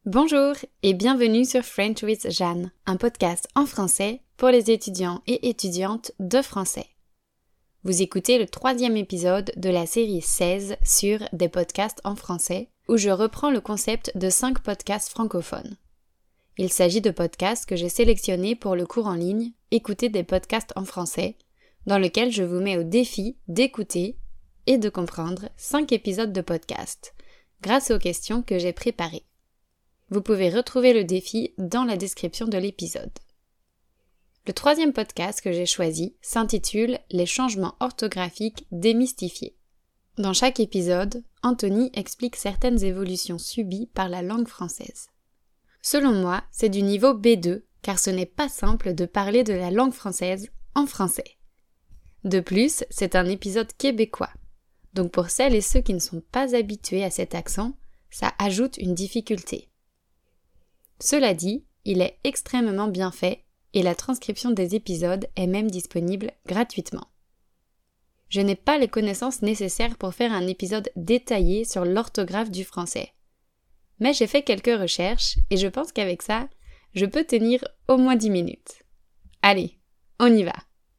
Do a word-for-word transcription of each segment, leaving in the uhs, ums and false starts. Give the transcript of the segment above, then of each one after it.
Bonjour et bienvenue sur French with Jeanne, un podcast en français pour les étudiants et étudiantes de français. Vous écoutez le troisième épisode de la série seize sur des podcasts en français, où je reprends le concept de cinq podcasts francophones. Il s'agit de podcasts que j'ai sélectionnés pour le cours en ligne « Écouter des podcasts en français », dans lequel je vous mets au défi d'écouter et de comprendre cinq épisodes de podcast, grâce aux questions que j'ai préparées. Vous pouvez retrouver le défi dans la description de l'épisode. Le troisième podcast que j'ai choisi s'intitule « Les changements orthographiques démystifiés ». Dans chaque épisode, Anthony explique certaines évolutions subies par la langue française. Selon moi, c'est du niveau B deux, car ce n'est pas simple de parler de la langue française en français. De plus, c'est un épisode québécois. Donc pour celles et ceux qui ne sont pas habitués à cet accent, ça ajoute une difficulté. Cela dit, il est extrêmement bien fait et la transcription des épisodes est même disponible gratuitement. Je n'ai pas les connaissances nécessaires pour faire un épisode détaillé sur l'orthographe du français. Mais j'ai fait quelques recherches et je pense qu'avec ça, je peux tenir au moins dix minutes. Allez, on y va!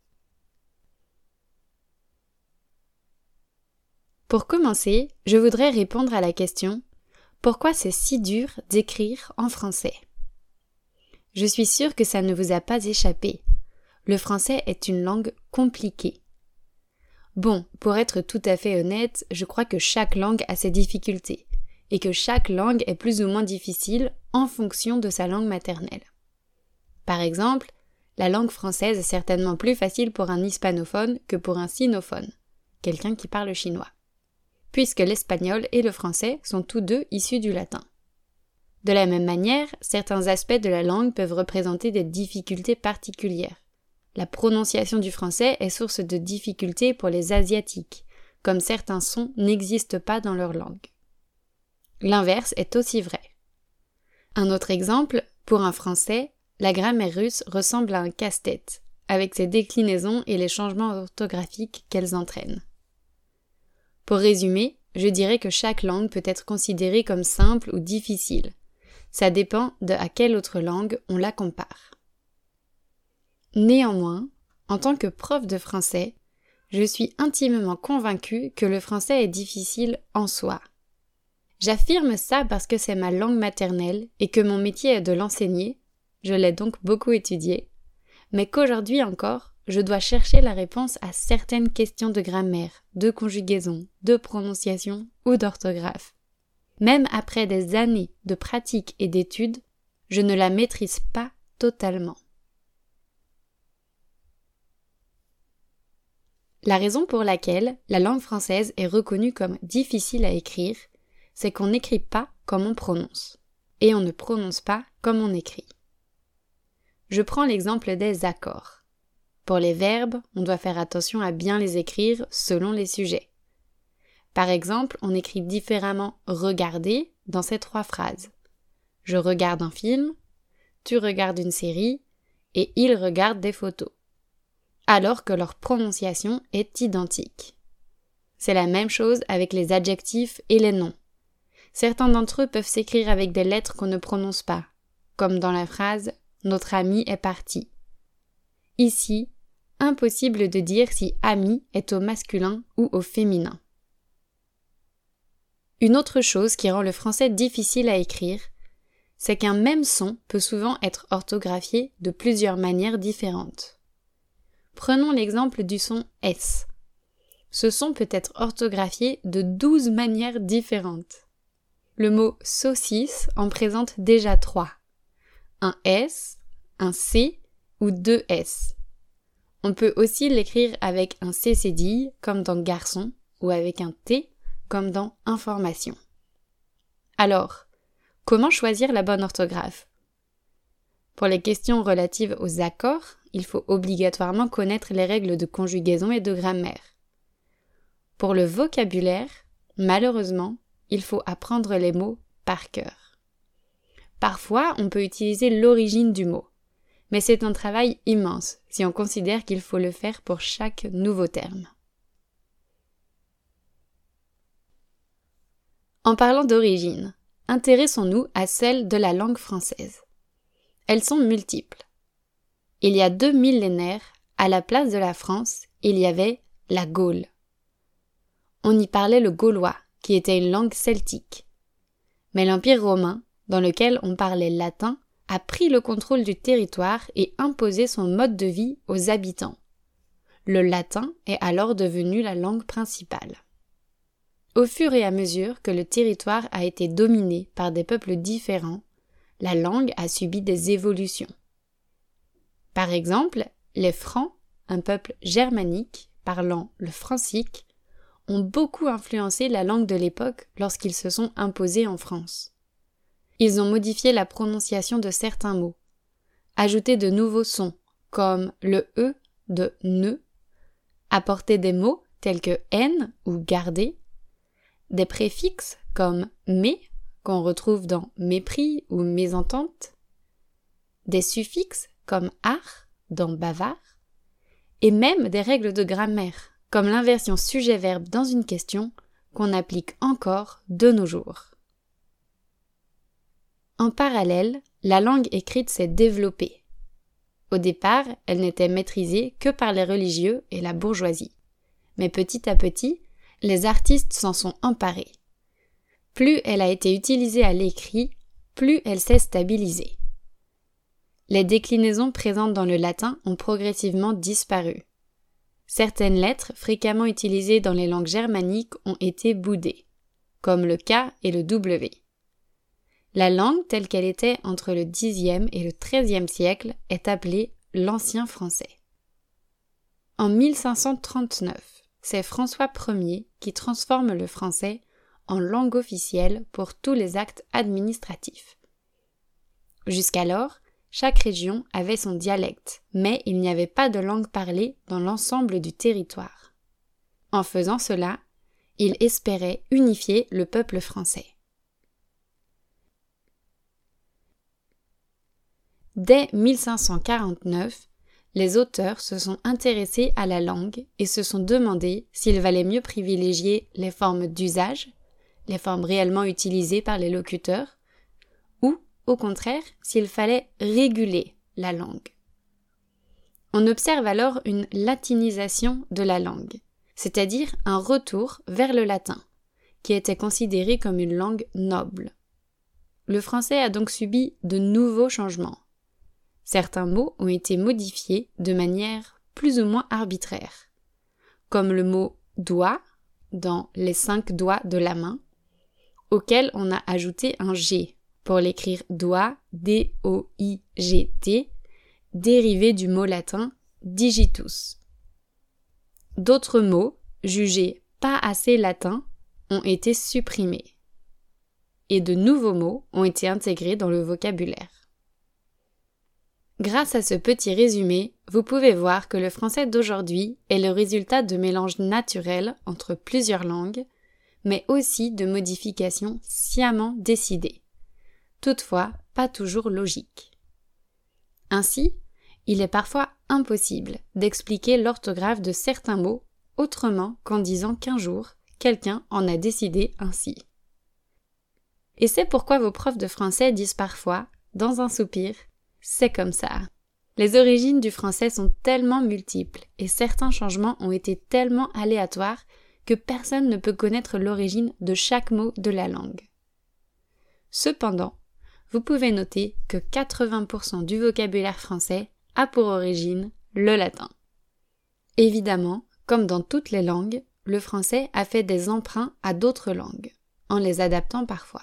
Pour commencer, je voudrais répondre à la question « Pourquoi c'est si dur d'écrire en français ?» Je suis sûre que ça ne vous a pas échappé. Le français est une langue compliquée. Bon, pour être tout à fait honnête, je crois que chaque langue a ses difficultés et que chaque langue est plus ou moins difficile en fonction de sa langue maternelle. Par exemple, la langue française est certainement plus facile pour un hispanophone que pour un sinophone, quelqu'un qui parle chinois, puisque l'espagnol et le français sont tous deux issus du latin. De la même manière, certains aspects de la langue peuvent représenter des difficultés particulières. La prononciation du français est source de difficultés pour les Asiatiques, comme certains sons n'existent pas dans leur langue. L'inverse est aussi vrai. Un autre exemple, pour un français, la grammaire russe ressemble à un casse-tête, avec ses déclinaisons et les changements orthographiques qu'elles entraînent. Pour résumer, je dirais que chaque langue peut être considérée comme simple ou difficile. Ça dépend de à quelle autre langue on la compare. Néanmoins, en tant que prof de français, je suis intimement convaincue que le français est difficile en soi. J'affirme ça parce que c'est ma langue maternelle et que mon métier est de l'enseigner, je l'ai donc beaucoup étudié, mais qu'aujourd'hui encore, je dois chercher la réponse à certaines questions de grammaire, de conjugaison, de prononciation ou d'orthographe. Même après des années de pratique et d'études, je ne la maîtrise pas totalement. La raison pour laquelle la langue française est reconnue comme difficile à écrire, c'est qu'on n'écrit pas comme on prononce, et on ne prononce pas comme on écrit. Je prends l'exemple des accords. Pour les verbes, on doit faire attention à bien les écrire selon les sujets. Par exemple, on écrit différemment « regarder » dans ces trois phrases. Je regarde un film, tu regardes une série et il regarde des photos. Alors que leur prononciation est identique. C'est la même chose avec les adjectifs et les noms. Certains d'entre eux peuvent s'écrire avec des lettres qu'on ne prononce pas, comme dans la phrase « notre ami est parti ». Ici, impossible de dire si « ami » est au masculin ou au féminin. Une autre chose qui rend le français difficile à écrire, c'est qu'un même son peut souvent être orthographié de plusieurs manières différentes. Prenons l'exemple du son « S ». Ce son peut être orthographié de douze manières différentes. Le mot « saucisse » en présente déjà trois. Un S, un C ou deux S. On peut aussi l'écrire avec un C cédille, comme dans « garçon », ou avec un T, comme dans « information ». Alors, comment choisir la bonne orthographe? Pour les questions relatives aux accords, il faut obligatoirement connaître les règles de conjugaison et de grammaire. Pour le vocabulaire, malheureusement, il faut apprendre les mots par cœur. Parfois, on peut utiliser l'origine du mot, mais c'est un travail immense si on considère qu'il faut le faire pour chaque nouveau terme. En parlant d'origine, intéressons-nous à celles de la langue française. Elles sont multiples. Il y a deux millénaires, à la place de la France, il y avait la Gaule. On y parlait le gaulois, qui était une langue celtique. Mais l'Empire romain, dans lequel on parlait latin, a pris le contrôle du territoire et imposé son mode de vie aux habitants. Le latin est alors devenu la langue principale. Au fur et à mesure que le territoire a été dominé par des peuples différents, la langue a subi des évolutions. Par exemple, les Francs, un peuple germanique parlant le francique, ont beaucoup influencé la langue de l'époque lorsqu'ils se sont imposés en France. Ils ont modifié la prononciation de certains mots, ajouté de nouveaux sons, comme le « e » de « ne », apporté des mots tels que « haine » ou « garder », des préfixes comme « mais » qu'on retrouve dans « mépris » ou « mésentente », des suffixes comme « ar » dans « bavard », et même des règles de grammaire, comme l'inversion sujet-verbe dans une question qu'on applique encore de nos jours. En parallèle, la langue écrite s'est développée. Au départ, elle n'était maîtrisée que par les religieux et la bourgeoisie. Mais petit à petit, les artistes s'en sont emparés. Plus elle a été utilisée à l'écrit, plus elle s'est stabilisée. Les déclinaisons présentes dans le latin ont progressivement disparu. Certaines lettres fréquemment utilisées dans les langues germaniques ont été boudées, comme le K et le W. La langue telle qu'elle était entre le dixième et le treizième siècle est appelée l'ancien français. En mille cinq cent trente-neuf, c'est François Ier qui transforme le français en langue officielle pour tous les actes administratifs. Jusqu'alors, chaque région avait son dialecte, mais il n'y avait pas de langue parlée dans l'ensemble du territoire. En faisant cela, il espérait unifier le peuple français. Dès mille cinq cent quarante-neuf, les auteurs se sont intéressés à la langue et se sont demandé s'il valait mieux privilégier les formes d'usage, les formes réellement utilisées par les locuteurs, ou, au contraire, s'il fallait réguler la langue. On observe alors une latinisation de la langue, c'est-à-dire un retour vers le latin, qui était considéré comme une langue noble. Le français a donc subi de nouveaux changements. Certains mots ont été modifiés de manière plus ou moins arbitraire, comme le mot « doigt » dans « les cinq doigts de la main », auquel on a ajouté un « G » pour l'écrire « doigt » D O I G T, dérivé du mot latin « digitus ». D'autres mots, jugés pas assez latins, ont été supprimés, et de nouveaux mots ont été intégrés dans le vocabulaire. Grâce à ce petit résumé, vous pouvez voir que le français d'aujourd'hui est le résultat de mélanges naturels entre plusieurs langues, mais aussi de modifications sciemment décidées. Toutefois, pas toujours logiques. Ainsi, il est parfois impossible d'expliquer l'orthographe de certains mots autrement qu'en disant qu'un jour, quelqu'un en a décidé ainsi. Et c'est pourquoi vos profs de français disent parfois, dans un soupir, c'est comme ça. Les origines du français sont tellement multiples et certains changements ont été tellement aléatoires que personne ne peut connaître l'origine de chaque mot de la langue. Cependant, vous pouvez noter que quatre-vingts pour cent du vocabulaire français a pour origine le latin. Évidemment, comme dans toutes les langues, le français a fait des emprunts à d'autres langues, en les adaptant parfois.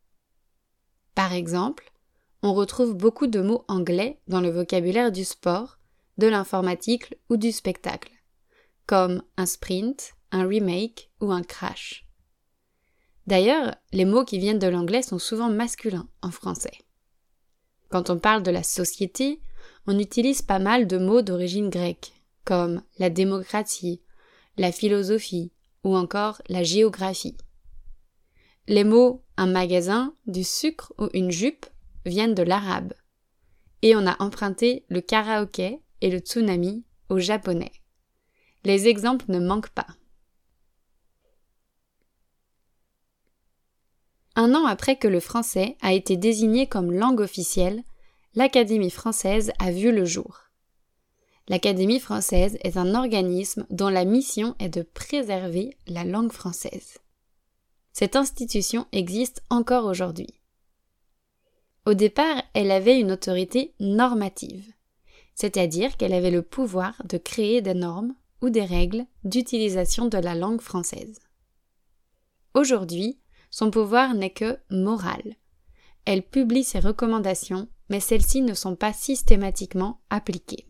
Par exemple, on retrouve beaucoup de mots anglais dans le vocabulaire du sport, de l'informatique ou du spectacle, comme un sprint, un remake ou un crash. D'ailleurs, les mots qui viennent de l'anglais sont souvent masculins en français. Quand on parle de la société, on utilise pas mal de mots d'origine grecque, comme la démocratie, la philosophie ou encore la géographie. Les mots « un magasin »,« du sucre » ou « une jupe » viennent de l'arabe. Et on a emprunté le karaoké et le tsunami au japonais. Les exemples ne manquent pas. Un an après que le français a été désigné comme langue officielle, l'Académie française a vu le jour. L'Académie française est un organisme dont la mission est de préserver la langue française. Cette institution existe encore aujourd'hui. Au départ, elle avait une autorité normative, c'est-à-dire qu'elle avait le pouvoir de créer des normes ou des règles d'utilisation de la langue française. Aujourd'hui, son pouvoir n'est que moral. Elle publie ses recommandations, mais celles-ci ne sont pas systématiquement appliquées.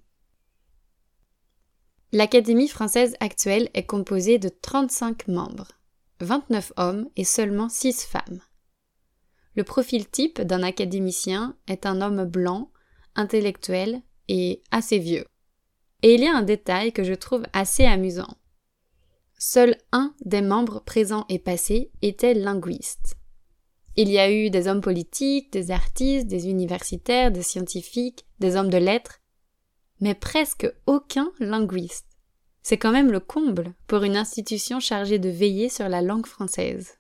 L'Académie française actuelle est composée de trente-cinq membres, vingt-neuf hommes et seulement six femmes. Le profil type d'un académicien est un homme blanc, intellectuel et assez vieux. Et il y a un détail que je trouve assez amusant. Seul un des membres présents et passés était linguiste. Il y a eu des hommes politiques, des artistes, des universitaires, des scientifiques, des hommes de lettres, mais presque aucun linguiste. C'est quand même le comble pour une institution chargée de veiller sur la langue française.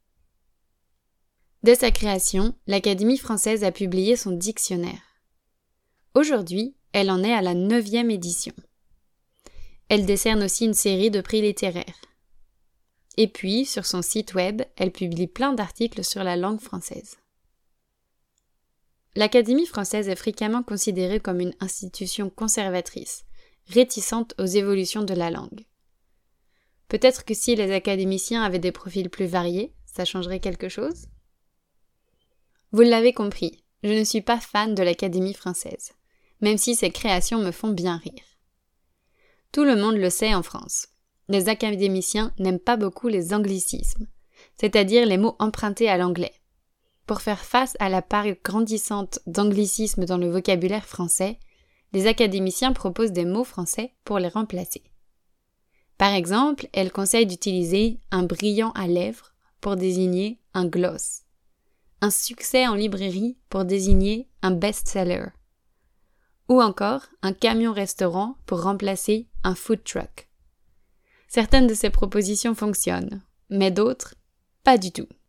Dès sa création, l'Académie française a publié son dictionnaire. Aujourd'hui, elle en est à la neuvième édition. Elle décerne aussi une série de prix littéraires. Et puis, sur son site web, elle publie plein d'articles sur la langue française. L'Académie française est fréquemment considérée comme une institution conservatrice, réticente aux évolutions de la langue. Peut-être que si les académiciens avaient des profils plus variés, ça changerait quelque chose ? Vous l'avez compris, je ne suis pas fan de l'Académie française, même si ses créations me font bien rire. Tout le monde le sait en France. Les académiciens n'aiment pas beaucoup les anglicismes, c'est-à-dire les mots empruntés à l'anglais. Pour faire face à la part grandissante d'anglicismes dans le vocabulaire français, les académiciens proposent des mots français pour les remplacer. Par exemple, elles conseillent d'utiliser un brillant à lèvres pour désigner un gloss, un succès en librairie pour désigner un best-seller, ou encore un camion-restaurant pour remplacer un food truck. Certaines de ces propositions fonctionnent, mais d'autres, pas du tout.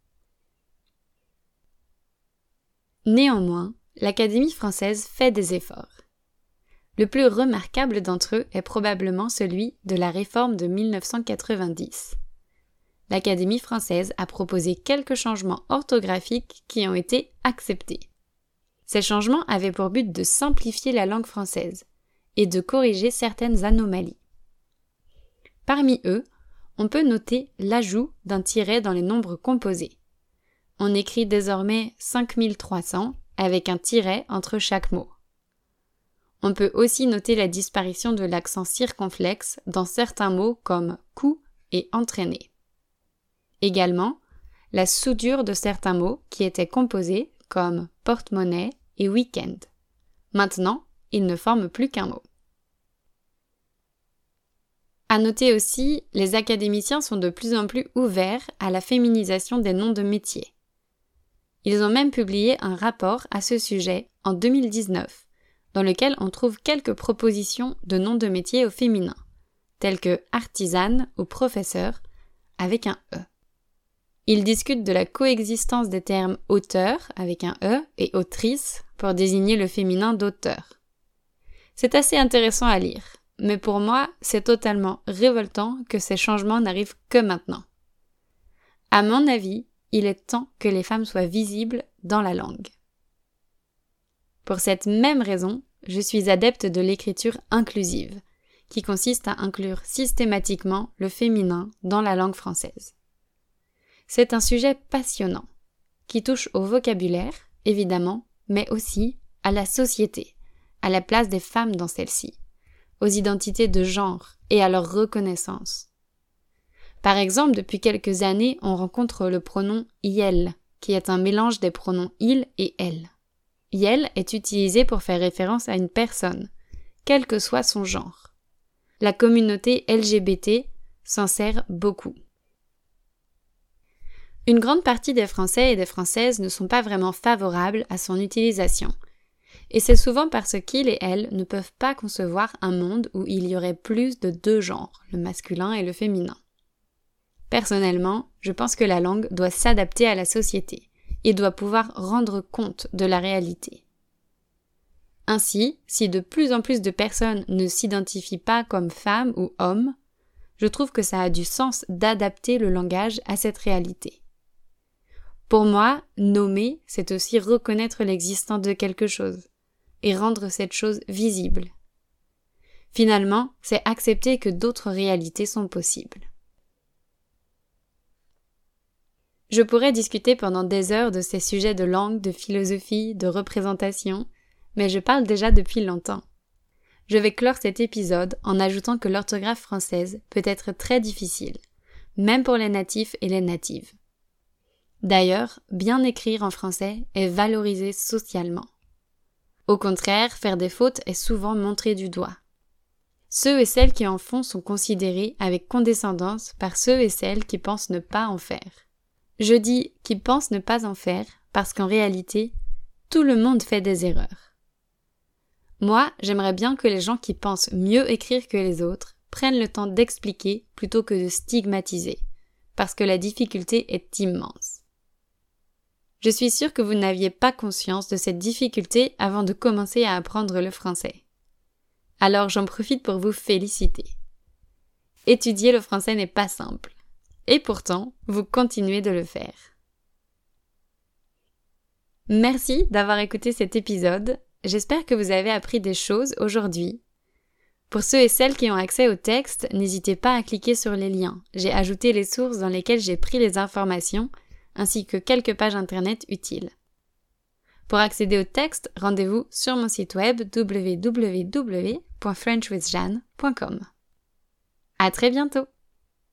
Néanmoins, l'Académie française fait des efforts. Le plus remarquable d'entre eux est probablement celui de la réforme de mille neuf cent quatre-vingt-dix. L'Académie française a proposé quelques changements orthographiques qui ont été acceptés. Ces changements avaient pour but de simplifier la langue française et de corriger certaines anomalies. Parmi eux, on peut noter l'ajout d'un tiret dans les nombres composés. On écrit désormais cinq mille trois cents avec un tiret entre chaque mot. On peut aussi noter la disparition de l'accent circonflexe dans certains mots comme « coup » et « entraîner ». Également, la soudure de certains mots qui étaient composés comme « porte-monnaie » et « week-end ». Maintenant, ils ne forment plus qu'un mot. À noter aussi, les académiciens sont de plus en plus ouverts à la féminisation des noms de métiers. Ils ont même publié un rapport à ce sujet en deux mille dix-neuf, dans lequel on trouve quelques propositions de noms de métiers au féminin, tels que artisane ou professeur, avec un E. Ils discutent de la coexistence des termes auteur, avec un E, et autrice, pour désigner le féminin d'auteur. C'est assez intéressant à lire, mais pour moi, c'est totalement révoltant que ces changements n'arrivent que maintenant. À mon avis, il est temps que les femmes soient visibles dans la langue. Pour cette même raison, je suis adepte de l'écriture inclusive, qui consiste à inclure systématiquement le féminin dans la langue française. C'est un sujet passionnant, qui touche au vocabulaire, évidemment, mais aussi à la société, à la place des femmes dans celle-ci, aux identités de genre et à leur reconnaissance. Par exemple, depuis quelques années, on rencontre le pronom « iel », qui est un mélange des pronoms « il » et « elle ». « Iel » est utilisé pour faire référence à une personne, quel que soit son genre. La communauté L G B T s'en sert beaucoup. Une grande partie des Français et des Françaises ne sont pas vraiment favorables à son utilisation, et c'est souvent parce qu'ils et elles ne peuvent pas concevoir un monde où il y aurait plus de deux genres, le masculin et le féminin. Personnellement, je pense que la langue doit s'adapter à la société et doit pouvoir rendre compte de la réalité. Ainsi, si de plus en plus de personnes ne s'identifient pas comme femmes ou hommes, je trouve que ça a du sens d'adapter le langage à cette réalité. Pour moi, nommer, c'est aussi reconnaître l'existence de quelque chose et rendre cette chose visible. Finalement, c'est accepter que d'autres réalités sont possibles. Je pourrais discuter pendant des heures de ces sujets de langue, de philosophie, de représentation, mais je parle déjà depuis longtemps. Je vais clore cet épisode en ajoutant que l'orthographe française peut être très difficile, même pour les natifs et les natives. D'ailleurs, bien écrire en français est valorisé socialement. Au contraire, faire des fautes est souvent montré du doigt. Ceux et celles qui en font sont considérés avec condescendance par ceux et celles qui pensent ne pas en faire. Je dis qui pensent ne pas en faire parce qu'en réalité, tout le monde fait des erreurs. Moi, j'aimerais bien que les gens qui pensent mieux écrire que les autres prennent le temps d'expliquer plutôt que de stigmatiser, parce que la difficulté est immense. Je suis sûre que vous n'aviez pas conscience de cette difficulté avant de commencer à apprendre le français. Alors j'en profite pour vous féliciter. Étudier le français n'est pas simple. Et pourtant, vous continuez de le faire. Merci d'avoir écouté cet épisode. J'espère que vous avez appris des choses aujourd'hui. Pour ceux et celles qui ont accès au texte, n'hésitez pas à cliquer sur les liens. J'ai ajouté les sources dans lesquelles j'ai pris les informations, ainsi que quelques pages internet utiles. Pour accéder au texte, rendez-vous sur mon site web w w w point french with jeanne point com. À très bientôt!